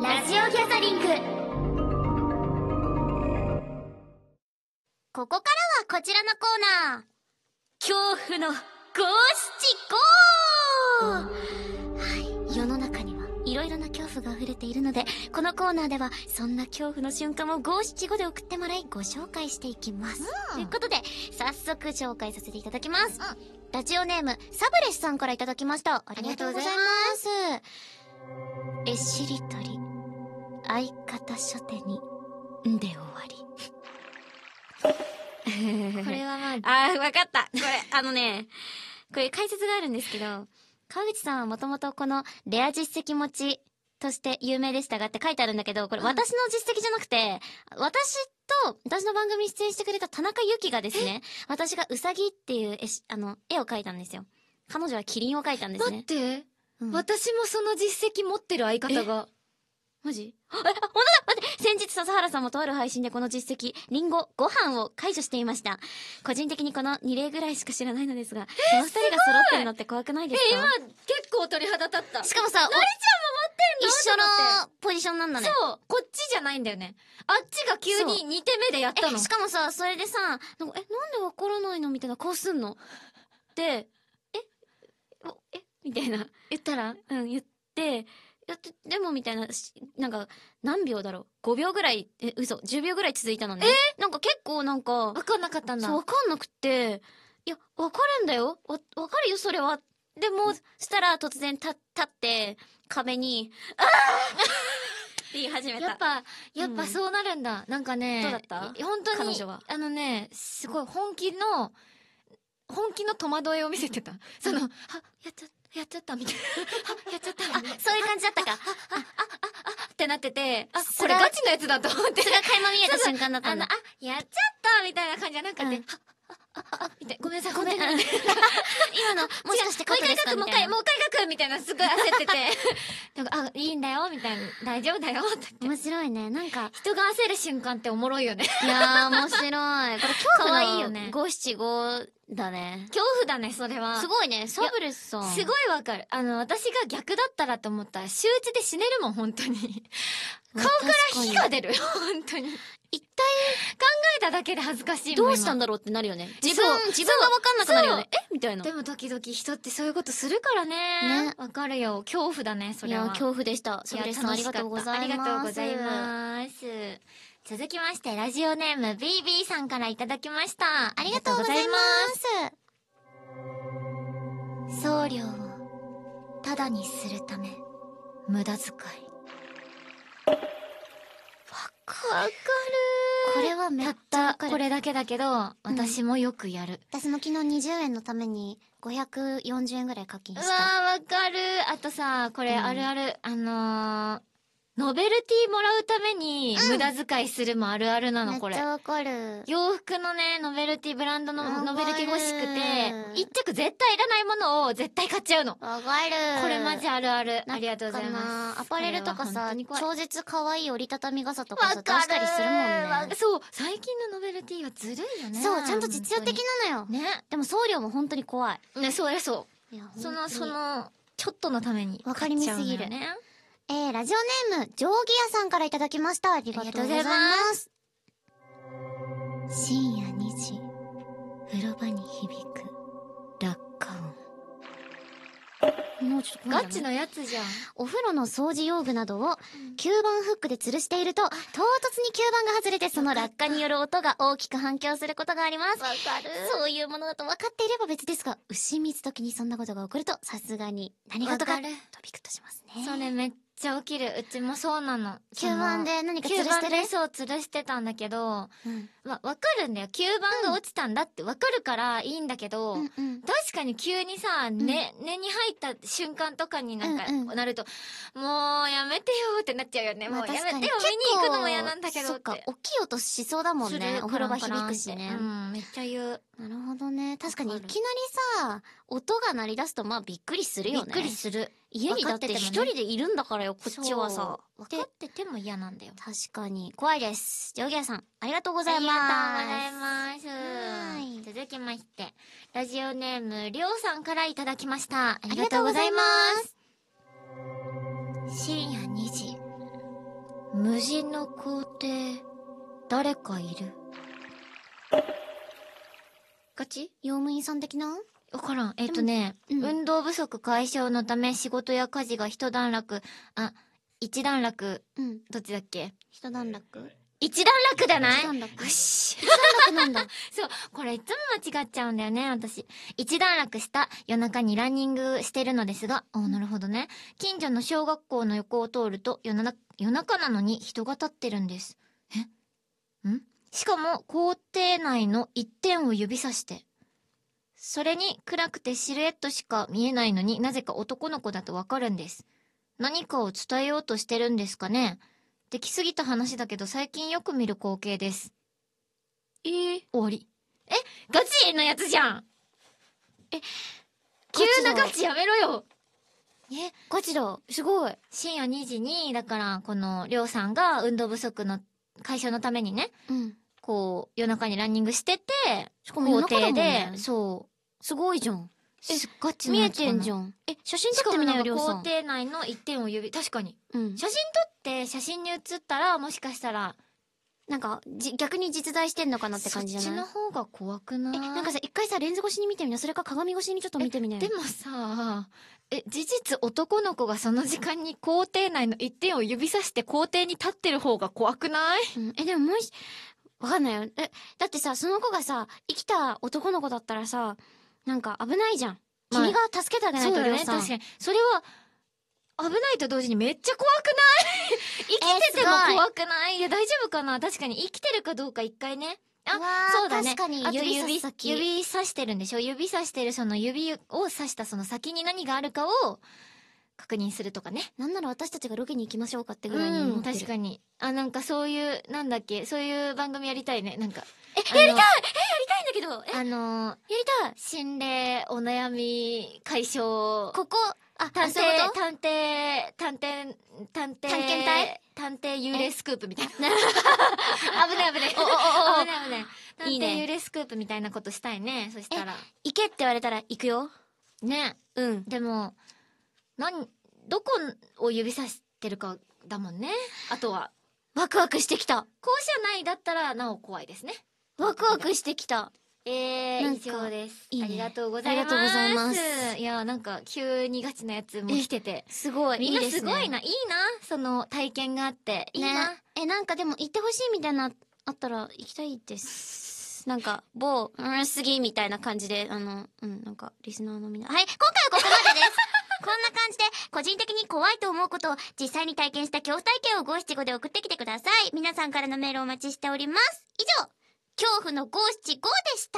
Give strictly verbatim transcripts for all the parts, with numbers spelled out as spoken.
ラジオギャザリング。ここからはこちらのコーナー、恐怖の五七五。はい、世の中にはいろいろな恐怖が溢れているので、このコーナーではそんな恐怖の瞬間を五七五で送ってもらいご紹介していきます、うん、ということで早速紹介させていただきます、うん、ラジオネームサブレスさんからいただきました。ありがとうございます。えしりとり相方初手にんで終わり。これはまああー、わかった。これあのね、これ解説があるんですけど、川口さんはもともとこのレア実績持ちとして有名でしたがって書いてあるんだけど、これ私の実績じゃなくて、うん、私と私の番組に出演してくれた田中由紀がですね、私がウサギっていう絵あの絵を描いたんですよ。彼女はキリンを描いたんですね。 待って、うん、私もその実績持ってる相方が。 マジ？あ、本当だ！待って！先日笹原さんもとある配信でこの実績、リンゴ、ご飯を解除していました。個人的にこのに例ぐらいしか知らないのですが、そのふたりが揃ってるのって怖くないですか？ え、今結構鳥肌立った。 しかもさ、 のりちゃんも持ってんの？ 一緒のポジションなんだね。 そう、こっちじゃないんだよね。あっちが急にに手目でやったの。 しかもさ、それでさ、なんか、え、なんでわからないのみたいな顔すんの。で、え、お、えみたいな。 言ったら？ うん、言って、やって、でもみたいな、なんか、何秒だろう ?ご 秒ぐらい、え、嘘、じゅうびょうぐらい続いたのね。えなんか結構なんか、 わかんなかったんだ。 そう、わかんなくて、いや、わかるんだよ。わ、わかるよ、それは。でも、したら突然た、立って、壁に、あーって言い始めた。 やっぱ、やっぱそうなるんだ。うん、なんかね、 どうだった？ 本当に、 彼女は。 あのね、すごい本気の、本気の戸惑いを見せてた。その、は、やっちゃった。やっちゃったみたいな。やっちゃったみたいな。 あ、そういう感じだったか。あ、あ、あ、 あ、あ、ってなってて、あ、これガチのやつだと思って。 それが垣間見えた瞬間だったんだ。 あの、あ、やっちゃったみたいな感じじゃなくて、は、あ、あ、あ、みたいな。ごめんなさい、ごめんなさい。 今の、もしかしてカットですかみたいな。 もう一回書く、もう一回書くみたいな、すごい焦ってて。なんか、あ、いいんだよ、みたいな。大丈夫だよ、って。 面白いね。なんか、 人が焦る瞬間っておもろいよね。 いやー、面白い。これ、恐怖のいいよね。 ご七五だね。 恐怖だね、それは。 すごいね、サブレスさん。 すごいわかる。あの、私が逆だったらと思ったら、周知で死ねるもん、本当に。顔から火が出るよ、本当に。一体、考えただけで恥ずかしいもん。 どうしたんだろうってなるよね。自分、自分がわかんなくなるよね。えみたいな。 でも時々人ってそういうことするからね。ね。わかるよ。恐怖だね、それは。 いや、恐怖でした。サブレスさんありがとうございます。 ありがとうございます。続きまして、ラジオネーム ビービー さんからいただきました。 ありがとうございます。 送料をタダにするため、無駄遣い。わかる。 これはめっちゃわかる。 これだけだけど、私もよくやる。 私も昨日にじゅうえんのためにごひゃくよんじゅうえんぐらい課金した。 うわー、わかる。あとさ、これあるある、あのー、ノベルティもらうために無駄遣いするもあるあるなの、これ。 めっちゃわかる。 洋服のね、ノベルティ、ブランドのノベルティ欲しくて、一着絶対いらないものを絶対買っちゃうの。 わかる。 これマジあるある。ありがとうございます。 アパレルとかさ、超絶可愛い折りたたみ傘とかさ、出したりするもんね。 そう、最近のノベルティはずるいよね。 そう、ちゃんと実用的なのよ。 ね。 でも送料も本当に怖い。 ね、そうやそう。その、その、ちょっとのために。 わかりみすぎる。えー、ラジオネーム、ジョーギアさんからいただきました。ありがとうございます。深夜にじ、風呂場に響く、落下音。もうちょっとガチのやつじゃん。 お風呂の掃除用具などを吸盤フックで吊るしていると、唐突に吸盤が外れてその落下による音が大きく反響することがあります。 わかる。 そういうものだと分かっていれば別ですが、牛水時にそんなことが起こると、さすがに何事かとビクッとしますね。 それめっちゃ起きる。うちもそうなの。 吸盤で何か吊るしてる？ そう、吊るしてたんだけど、 うん、 ま、わかるんだよ。吸盤が落ちたんだってわかるからいいんだけど、 うんうん、 確かに急にさ、ね、根に入った瞬間とかになんか、なると、もうやめてよってなっちゃうよね。もうやめてよ、見に行くのも嫌なんだけどって。 そっか、大きい音しそうだもんね。お風呂場響くしね。 うん、めっちゃ言う。 なるほどね。確かにいきなりさ、音が鳴り出すとまあびっくりするよね。 びっくりする。 家にだって一人でいるんだからよ、こっちはさ。 分かってても嫌なんだよ。 確かに。怖いです。ジョーギアさん、ありがとうございます。 ありがとうございます。続きまして、ラジオネーム、りょうさんからいただきました。 ありがとうございます。 深夜にじ、 無人の校庭、誰かいる。ガチ？ 用務員さん的な？ わからん。えっとね、うん、運動不足解消のため仕事や家事が一段落、あ、一段落、うん、どっちだっけ？ 一段落？ 一段落じゃない？ 一段落。 よし。 一段落なんだ。 そう、これいつも間違っちゃうんだよね、私。一段落した夜中にランニングしてるのですが、あ、なるほどね。近所の小学校の横を通ると夜な、夜中なのに人が立ってるんです。え？ん？しかも校庭内の一点を指さして。それに暗くてシルエットしか見えないのになぜか男の子だとわかるんです。何かを伝えようとしてるんですかね。できすぎた話だけど最近よく見る光景です。えー、終わり。え、ガチのやつじゃん。え、急なガチやめろよ。 え、ガチだ。すごい。 深夜にじに、だからこのりょうさんが運動不足の解消のためにね、うん、こう夜中にランニングしてて、 しかも夜中だもんね。 校庭で、そう。 すごいじゃん。 え、ガチ見えてんじゃん。え、写真撮ってみなよ、りょうさん。 校庭内の一点を指、確かに。うん。写真撮って写真に写ったら、もしかしたら、 なんか、じ、逆に実在してんのかなって感じじゃない？ そっちの方が怖くない？ え、なんかさ、一回さ、レンズ越しに見てみな。それか鏡越しにちょっと見てみなよ。 でもさ、え、事実男の子がその時間に校庭内の一点を指さして校庭に立ってる方が怖くない？ うん、え、でももし、わかんないよ。え、だってさ、その子がさ、生きた男の子だったらさ、なんか危ないじゃん。君が助けてあげないと、りょうさん。 確かに。それは、危ないと同時にめっちゃ怖くない？生きてても怖くない？いや、大丈夫かな？確かに生きてるかどうか一回ね。あ、そうだね。 確かに指指先。 指さしてるんでしょ？指さしてるその指をさしたその先に何があるかを確認するとかね。 なんなら私たちがロケに行きましょうかってぐらいに思ってる。 うん、確かに。あ、なんかそういう、なんだっけ、そういう番組やりたいね。なんか。 え、やりたい！え、やりたいんだけど。 あのー、やりたい。心霊、お悩み解消。 ここ、あ、 探偵、探偵、探偵、探偵、 探検隊探偵幽霊スクープみたいな。危ない危ない。危ない危ない。探偵幽霊スクープみたいなことしたいね。そしたら。 行けって言われたら行くよ。 ね。うん。でも、何、どこを指さしてるかだもんね。あとは。 ワクワクしてきた。 校舎内だったらなお怖いですね。 ワクワクしてきた。 えー、以上です。 いいね、 ありがとうございます。 ありがとうございます。 いや、なんか、急にガチなやつも来てて。 すごい。 みんなすごいな。いいな。その体験があって。いいな。 え、なんかでも行ってほしいみたいな、あったら行きたいです。なんか、某、うん、すぎみたいな感じで、あの、うん、なんか、リスナーのみんな。はい、今回はここまでです。こんな感じで、個人的に怖いと思うことを実際に体験した恐怖体験を五七五で送ってきてください。皆さんからのメールをお待ちしております。以上、恐怖の五七五でした。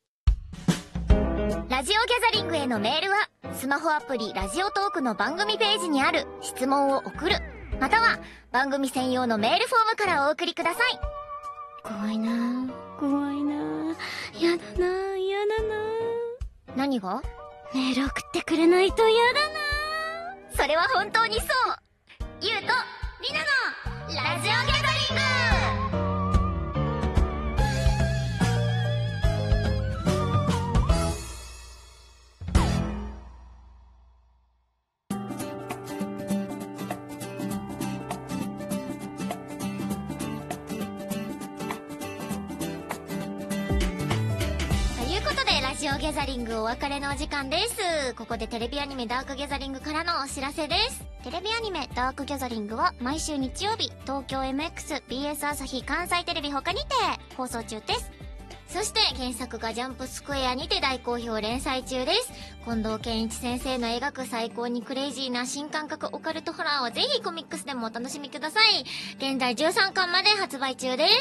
ラジオギャザリングへのメールは、スマホアプリラジオトークの番組ページにある質問を送る、または番組専用のメールフォームからお送りください。怖いなぁ、怖いなぁ、やだなぁ、やだなぁ。何が？メール送ってくれないとやだなぁ。それは本当にそう。ゆうとりなのラジオギャザリング。ラジオギャザリングお別れのお時間です。ここでテレビアニメダークギャザリングからのお知らせです。テレビアニメダークギャザリングは毎週日曜日、東京 エムエックス、ビーエス 朝日、関西テレビ他にて放送中です。そして原作がジャンプスクエアにて大好評連載中です。近藤健一先生の描く最高にクレイジーな新感覚オカルトホラーはぜひコミックスでもお楽しみください。現在じゅうさんかんまで発売中です。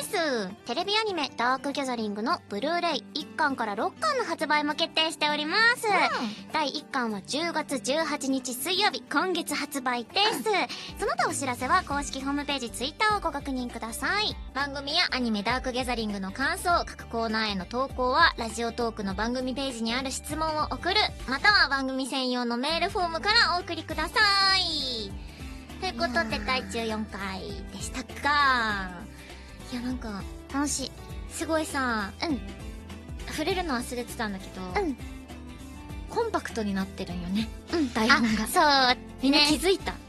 テレビアニメダークギャザリングのブルーレイいっかんからろっかんの発売も決定しております。うん、だいいっかんはじゅうがつじゅうはちにち水曜日、今月発売です。うん、その他お知らせは公式ホームページ、ツイッターをご確認ください。番組やアニメダークギャザリングの感想、各コーナーへの投稿はラジオトークの番組ページにある質問を送る、または番組専用のメールフォームからお送りください。ということでだいじゅうよんかいでしたか。いや、なんか楽しい。すごいさ、うん、触れるの忘れてたんだけど、うん、コンパクトになってるんよね。うん、台本が。そう、みんな気づいた？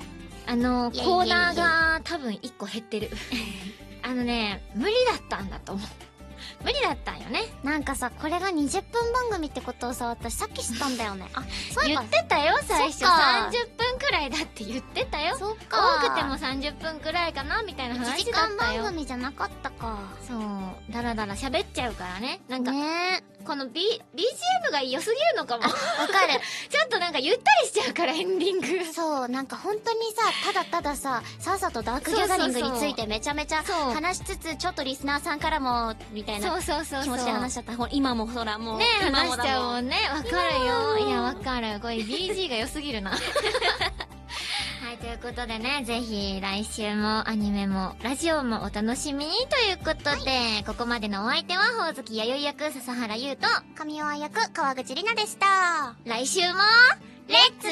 あの、 いやコーナーが多分いっこ減ってる。あのね、無理だったんだと思う。無理だったんよね。 なんかさ、これがにじゅっぷん番組ってことをさ、私さっき知ったんだよね。あ、そういえば。 言ってたよ、最初。 そっかさんじゅっぷんくらいだって言ってたよ。 そっか。 多くてもさんじゅっぷんくらいかなみたいな 1 話時間だったよ。 番組じゃなかったか。 そう。だらだら喋っちゃうからね。なんか、 ねこの B、ビージーエム が良すぎるのかも。 わかる。 ちょっとなんかゆったりしちゃうから、エンディング。 そう、なんか本当にさ、ただたださ、さっさとダークギャザリングについてめちゃめちゃそう話しつつ、ちょっとリスナーさんからも、みたいなそうそうそうそう。 気持ちで話しちゃった。ほら今もほらもう。 ねえ、 今もだ話しちゃうもんね。わかるよ。 今もいや、わかる。これ ビージー が良すぎるな。はい、ということでね、ぜひ来週もアニメもラジオもお楽しみにということで、ここまでのお相手は、ほおずきやよい役、笹原優と、 神尾役、川口里奈でした。 来週も、 レッツ